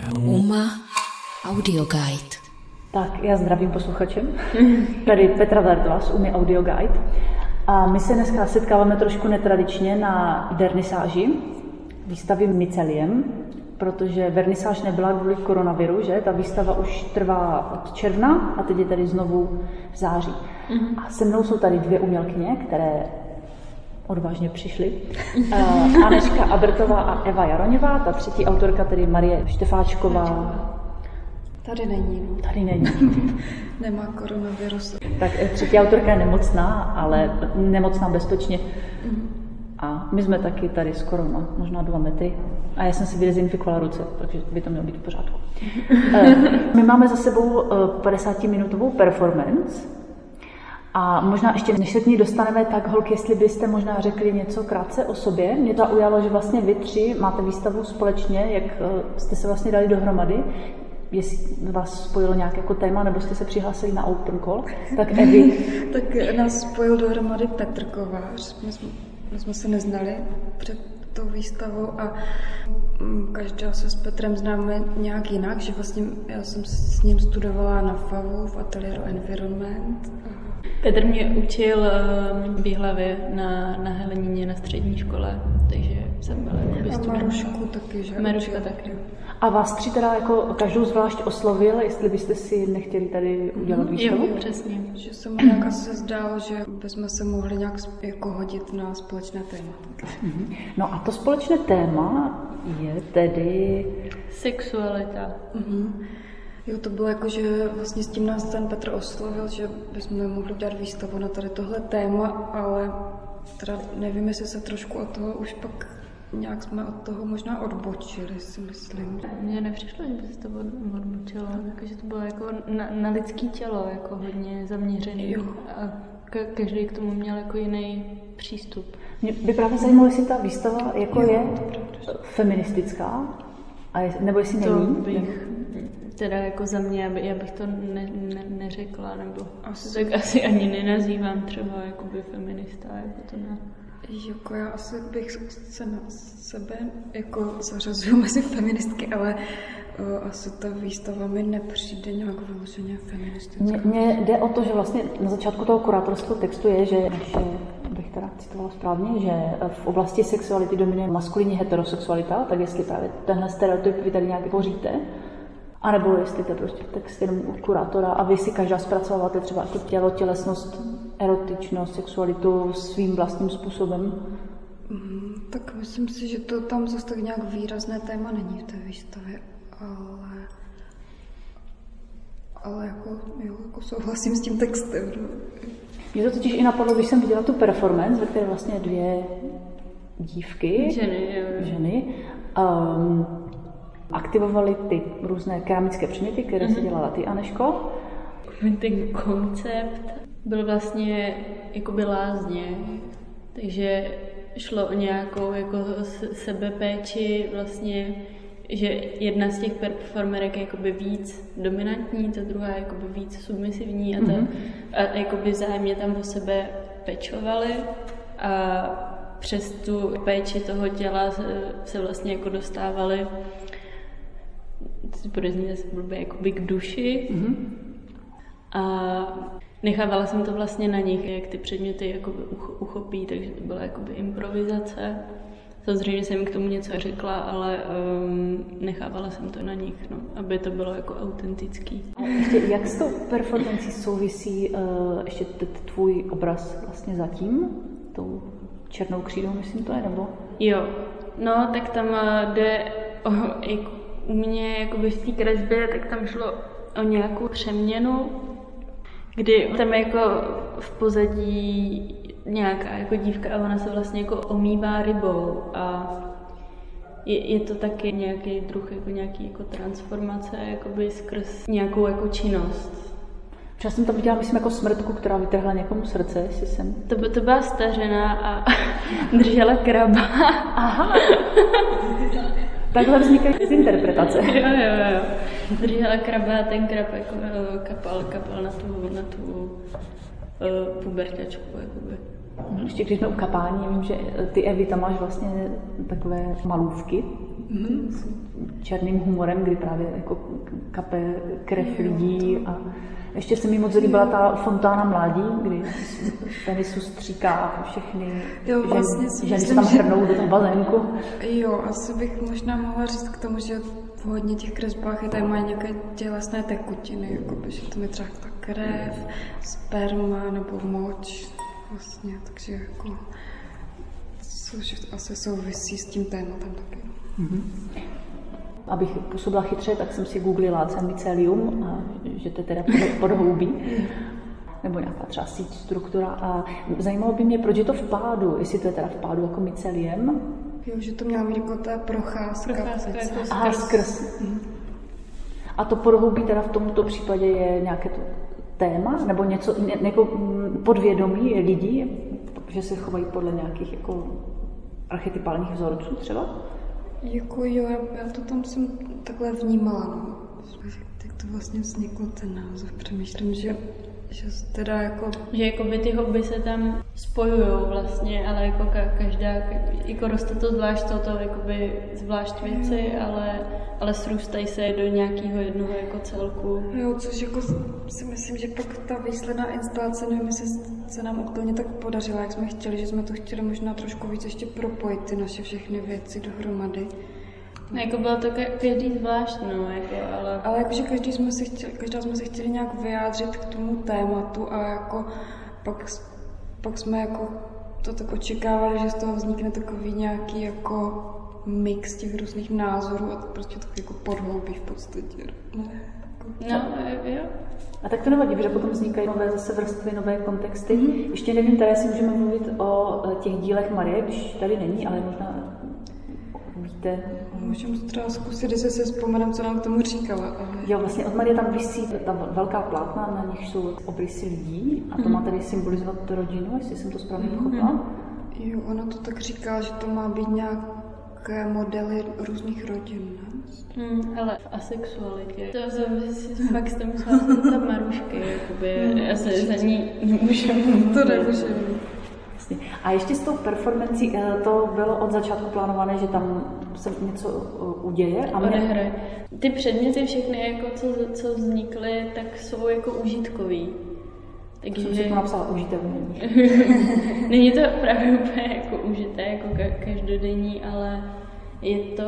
UMA Audio Guide. Tak, já zdravím posluchačem. Tady Petra Verdla z UMA Audio Guide. A my se dneska setkáváme trošku netradičně na vernisáži výstavy Mycelium, protože vernisáž nebyla kvůli koronaviru, že? Ta výstava už trvá od června a teď je tady znovu v září. A se mnou jsou tady dvě umělkyně, které odvážně přišly. Anežka Abertová a Eva Jaroňová, ta třetí autorka, tedy Marie Štefáčková. Tady není. No. Tady není. Nemá koronavirus. Tak třetí autorka je nemocná, ale nemocná bezpečně. A my jsme taky tady skoro na možná 2 metry. A já jsem si vydezinfikovala ruce, takže by to mělo být v pořádku. My máme za sebou 50-minutovou performance. A možná ještě, než se k ní dostaneme, tak holky, jestli byste možná řekli něco krátce o sobě. Mě to ujalo, že vlastně vy tři máte výstavu společně, jak jste se vlastně dali dohromady. Jestli vás spojilo nějaké jako téma, nebo jste se přihlásili na open call, tak Evi. Tak nás spojil dohromady Petr Kovář. My jsme se neznali před tou výstavou a každá se s Petrem známe nějak jinak, že vlastně já jsem s ním studovala na FAVu v ateliéru Environment. Petr mě učil výhlavy na Helenině na střední škole, takže jsem byla jako studentka. A Marušku taky, že? Maruška taky. A vás tři teda jako každou zvlášť oslovil, jestli byste si nechtěli tady udělat výstavu? Jo, přesně. Že se mi nějak asi zdálo, že bychom se mohli nějak jako hodit na společné téma. No a to společné téma je tedy sexualita. Jo, to bylo jako, že vlastně s tím nás ten Petr oslovil, že bychom mohli dát výstavu na tady tohle téma, ale teda nevím, jestli se trošku od toho už pak nějak jsme od toho možná odbočili, si myslím. Mně nepřišlo, že by se to odbočilo, takže to bylo jako na lidské tělo, jako hodně zaměřený. Jo. A každý k tomu měl jako jiný přístup. Mě by právě zajímalo, jestli ta výstava jako je feministická, nebo jestli není. To bych teda jako za mě, já bych to neřekla, nebo tak asi ani nenazývám třeba jakoby feminista, jako to ne. Jako já asi bych se na sebe jako zařazuju mezi feministky, ale asi ta výstava mi nepřijde nějak vyloženě feministická. Mně jde o to, že vlastně na začátku toho kurátorského textu je, že naše, bych teda citovala správně, že v oblasti sexuality dominuje maskulinní heterosexualita, tak jestli právě tenhle stereotyp vy tady nějak tvoříte, anebo jestli to je prostě text jenom od kurátora a vy si každá zpracováváte třeba jako tělo, tělesnost, erotičnost, sexualitu svým vlastním způsobem. Tak myslím si, že to tam zase tak nějak výrazné téma není v té výstavě, ale jako souhlasím s tím textem. Mě to totiž i napadlo, když jsem viděla tu performance, ve které vlastně 2 dívky, ženy aktivovaly ty různé keramické předměty, které si dělala ty, Anežko. Ten koncept byl vlastně jakoby lázně, takže šlo o nějakou jako sebepéči vlastně, že jedna z těch performerek je jakoby víc dominantní, ta druhá je jakoby víc submisivní a jakoby vzájemně tam o sebe pečovali a přes tu péči toho těla se vlastně jako dostávali podezní zase blbě jakoby k duši a nechávala jsem to vlastně na nich, jak ty předměty jakoby uchopí, takže to byla jakoby improvizace. Samozřejmě jsem k tomu něco řekla, ale nechávala jsem to na nich, no, aby to bylo jako autentický. A ještě jak s tou performancí souvisí ještě tvůj obraz vlastně zatím, tou černou křídou, myslím to je, nebo? Jo, no tak tam jde u mě jakoby v té kresbě, tak tam šlo o nějakou přeměnu, kdy tam jako v pozadí nějaká jako dívka a ona se vlastně jako omývá rybou a je to taky nějaký druh jako nějaký jako transformace jakoby skrz nějakou jako činnost. Já jsem tam viděla, myslím, jako smrtku, která vytrhla někomu srdce, jestli jsem... To byla stařena a držela kraba. Aha. Takhle vznikají interpretace. Jo. Držela kraba a ten krab jako kapal na tu puberťačku. Jakoby. Ještě když jsme u kapání, vím, že ty, Evi, tam máš vlastně takové malůvky s černým humorem, kdy právě jako kape krev lidí a ještě se mi moc líbila ta fontána mládí, kdy penisu stříká všechny ženy se tam hrnou do toho bazénku. Jo, asi bych možná mohla říct k tomu, že v hodně těch kresbách je tady mají nějaké tělesné tekutiny, jakoby, že tam je třeba ta krev, sperma nebo moč vlastně, takže jako což asi souvisí s tím tématem taky. Mm-hmm. Abych působila chytře, tak jsem si googlila mycelium, a že to je teda podhoubí, nebo nějaká třeba síť, struktura. A zajímalo by mě, proč je to v pádu, jestli to je teda v pádu jako mycelium. Jo, že to měla být jako ta procházka jako skrz. A to podhoubí teda v tomto případě je nějaké to téma, nebo něco jako podvědomí lidí, že se chovají podle nějakých jako archetypálních vzorců třeba? Jako jo, já to tam jsem takhle vnímala, no. Jak to vlastně vzniklo ten název, přemýšlím, že teda jako... Že jakoby ty hobby se tam spojujou vlastně, ale jako každá, jako roste to zvlášť, jsou to jakoby zvlášť věci, ale srůstají se do nějakého jednoho jako celku. Jo, což jako si myslím, že pak ta výsledná instalace, nevím, jestli se nám úplně tak podařila, jak jsme chtěli, že jsme to chtěli možná trošku víc ještě propojit ty naše všechny věci dohromady. No, jako bylo to každý zvlášť, no, jako, ale jakože každá jsme se chtěli nějak vyjádřit k tomu tématu a jako pak jsme jako to tak očekávali, že z toho vznikne takový nějaký jako mix těch různých názorů a prostě takový jako podhoubí v podstatě. No, jo. A tak to nevadí, protože potom vznikají nové zase vrstvy, nové kontexty. Ještě nevím, tady si můžeme mluvit o těch dílech Marie, když tady není, ale možná víte. Můžeme třeba zkusit, jestli se vzpomeneme, co nám k tomu říkala. Ale... Jo, vlastně od Marie tam visí ta velká plátna, na nich jsou obrysy lidí a to má tady symbolizovat rodinu, jestli jsem to správně pochopila. Jo, ona to tak říká, že to má být nějaké modely různých rodin, ne? Ale v asexualitě. To fakt jsem myslela, ta Marušky, jakoby, já se za ní nemůžeme. To nemůžeme. A ještě s tou performancí, to bylo od začátku plánované, že tam se něco uděje? A odehraje. Ty předměty všechny, jako co vznikly, tak jsou jako užitkový. Takže jsem si to napsala užitevný. Není to právě úplně jako užité, jako každodenní, ale je to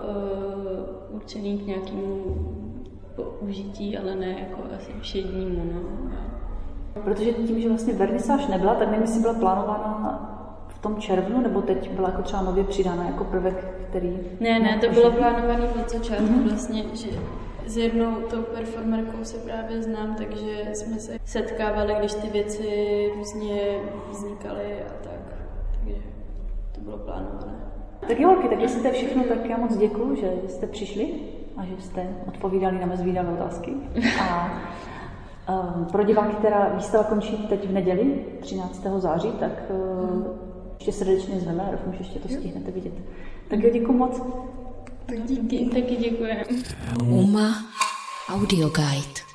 určený k nějakému použití, ale ne jako asi všednímu. No. Protože tím, že vlastně vernisáž nebyla, tak nevím, jestli byla plánována v tom červnu, nebo teď byla jako třeba nově přidána jako prvek, který... Ne, to bylo plánované od začátku vlastně, že s jednou tou performerkou se právě znám, takže jsme se setkávali, když ty věci různě vznikaly a tak. Takže to bylo plánované. Tak jo, tak jestli to je všechno, tak já moc děkuju, že jste přišli a že jste odpovídali na mé zvídavé otázky. A pro diváky, která výstava končí teď v neděli, 13. září, tak ještě srdečně zveme a doufám, že ještě to stihnete vidět. Tak jo, děkuju moc. Tak díky. Taky děkuji. UMA Audio Guide.